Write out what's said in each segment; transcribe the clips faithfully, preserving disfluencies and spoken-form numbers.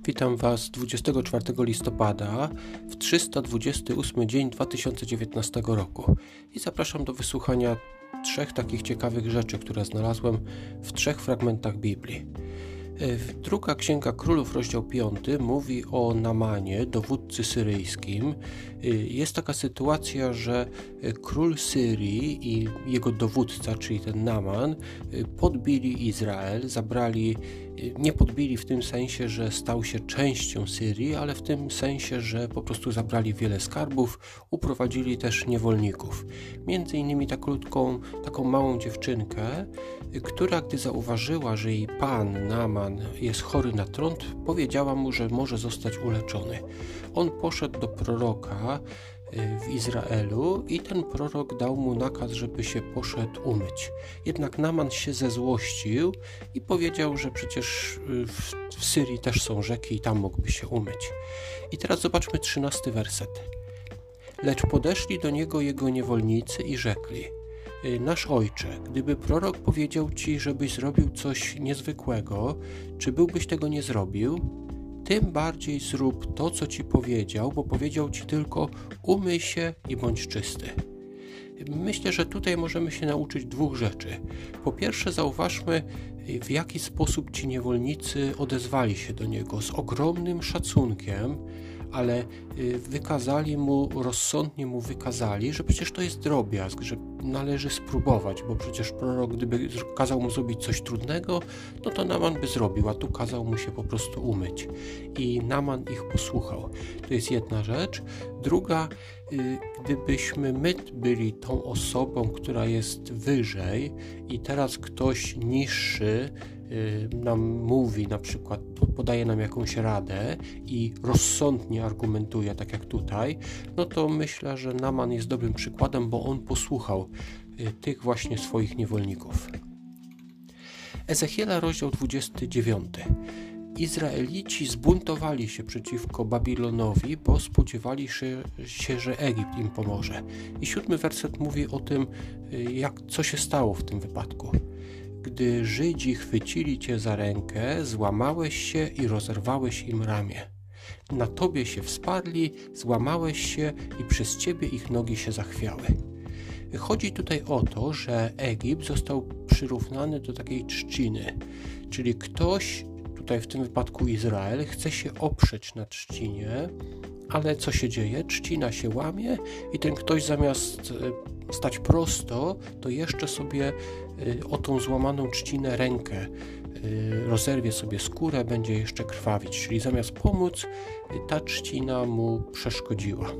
Witam Was dwudziestego czwartego listopada w trzysta dwudziesty ósmy dzień dwa tysiące dziewiętnastego roku i zapraszam do wysłuchania trzech takich ciekawych rzeczy, które znalazłem w trzech fragmentach Biblii. Druga Księga Królów, rozdział piąty, mówi o Namanie, dowódcy syryjskim. Jest taka sytuacja, że król Syrii i jego dowódca, czyli ten Naman, podbili Izrael, zabrali, nie podbili w tym sensie, że stał się częścią Syrii, ale w tym sensie, że po prostu zabrali wiele skarbów, uprowadzili też niewolników. Między innymi taką krótką, taką małą dziewczynkę, która gdy zauważyła, że jej pan Naman jest chory na trąd, powiedziała mu, że może zostać uleczony. On poszedł do proroka w Izraelu i ten prorok dał mu nakaz, żeby się poszedł umyć. Jednak Naman się zezłościł i powiedział, że przecież w, w Syrii też są rzeki i tam mógłby się umyć. I teraz zobaczmy trzynasty werset. Lecz podeszli do niego jego niewolnicy i rzekli: Nasz ojcze, gdyby prorok powiedział ci, żebyś zrobił coś niezwykłego, czy byłbyś tego nie zrobił? Tym bardziej zrób to, co ci powiedział, bo powiedział ci tylko: umyj się i bądź czysty. Myślę, że tutaj możemy się nauczyć dwóch rzeczy. Po pierwsze, zauważmy, w jaki sposób ci niewolnicy odezwali się do niego. Z ogromnym szacunkiem, ale wykazali mu, rozsądnie mu wykazali, że przecież to jest drobiazg, że należy spróbować, bo przecież prorok, gdyby kazał mu zrobić coś trudnego, no to Naman by zrobił, a tu kazał mu się po prostu umyć. I Naman ich posłuchał. To jest jedna rzecz. Druga, gdybyśmy my byli tą osobą, która jest wyżej i teraz ktoś niższy nam mówi, na przykład podaje nam jakąś radę i rozsądnie argumentuje, tak jak tutaj, no to myślę, że Naman jest dobrym przykładem, bo on posłuchał tych właśnie swoich niewolników. Ezechiela, rozdział dwudziesty dziewiąty. Izraelici zbuntowali się przeciwko Babilonowi, bo spodziewali się, się, że Egipt im pomoże. I siódmy werset mówi o tym, jak, co się stało w tym wypadku. Gdy Żydzi chwycili cię za rękę, złamałeś się i rozerwałeś im ramię. Na tobie się wsparli, złamałeś się i przez ciebie ich nogi się zachwiały. Chodzi tutaj o to, że Egipt został przyrównany do takiej trzciny, czyli ktoś, tutaj w tym wypadku Izrael, chce się oprzeć na trzcinie, ale co się dzieje? Trzcina się łamie i ten ktoś zamiast stać prosto, to jeszcze sobie o tą złamaną trzcinę rękę rozerwie sobie skórę, będzie jeszcze krwawić, czyli zamiast pomóc, ta trzcina mu przeszkodziła.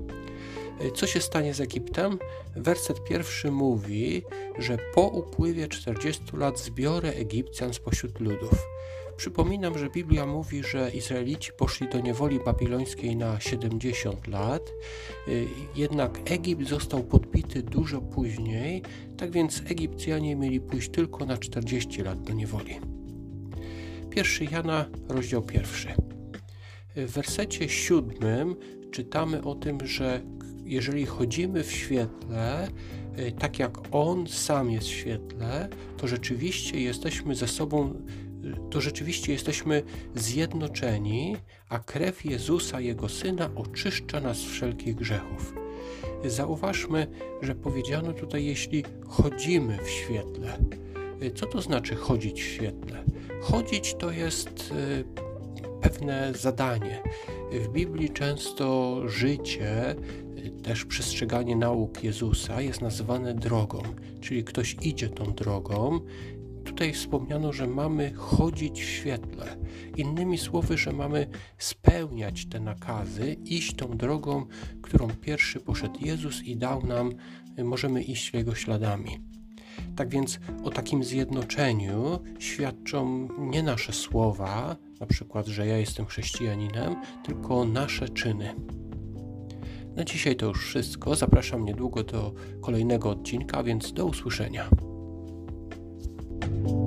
Co się stanie z Egiptem? Werset pierwszy mówi, że po upływie czterdziestu lat zbiorę Egipcjan spośród ludów. Przypominam, że Biblia mówi, że Izraelici poszli do niewoli babilońskiej na siedemdziesiąt lat, jednak Egipt został podbity dużo później, tak więc Egipcjanie mieli pójść tylko na czterdzieści lat do niewoli. Pierwszy Jana, rozdział pierwszy. W wersecie siódmym czytamy o tym, że jeżeli chodzimy w świetle, tak jak On sam jest w świetle, to rzeczywiście jesteśmy ze sobą to rzeczywiście jesteśmy zjednoczeni, a krew Jezusa, Jego Syna, oczyszcza nas z wszelkich grzechów. Zauważmy, że powiedziano tutaj, jeśli chodzimy w świetle. Co to znaczy chodzić w świetle? Chodzić to jest pewne zadanie. W Biblii często życie, też przestrzeganie nauk Jezusa jest nazywane drogą, czyli ktoś idzie tą drogą. Tutaj wspomniano, że mamy chodzić w świetle. Innymi słowy, że mamy spełniać te nakazy, iść tą drogą, którą pierwszy poszedł Jezus i dał nam, możemy iść Jego śladami. Tak więc o takim zjednoczeniu świadczą nie nasze słowa, na przykład, że ja jestem chrześcijaninem, tylko nasze czyny. Na dzisiaj to już wszystko. Zapraszam niedługo do kolejnego odcinka, więc do usłyszenia.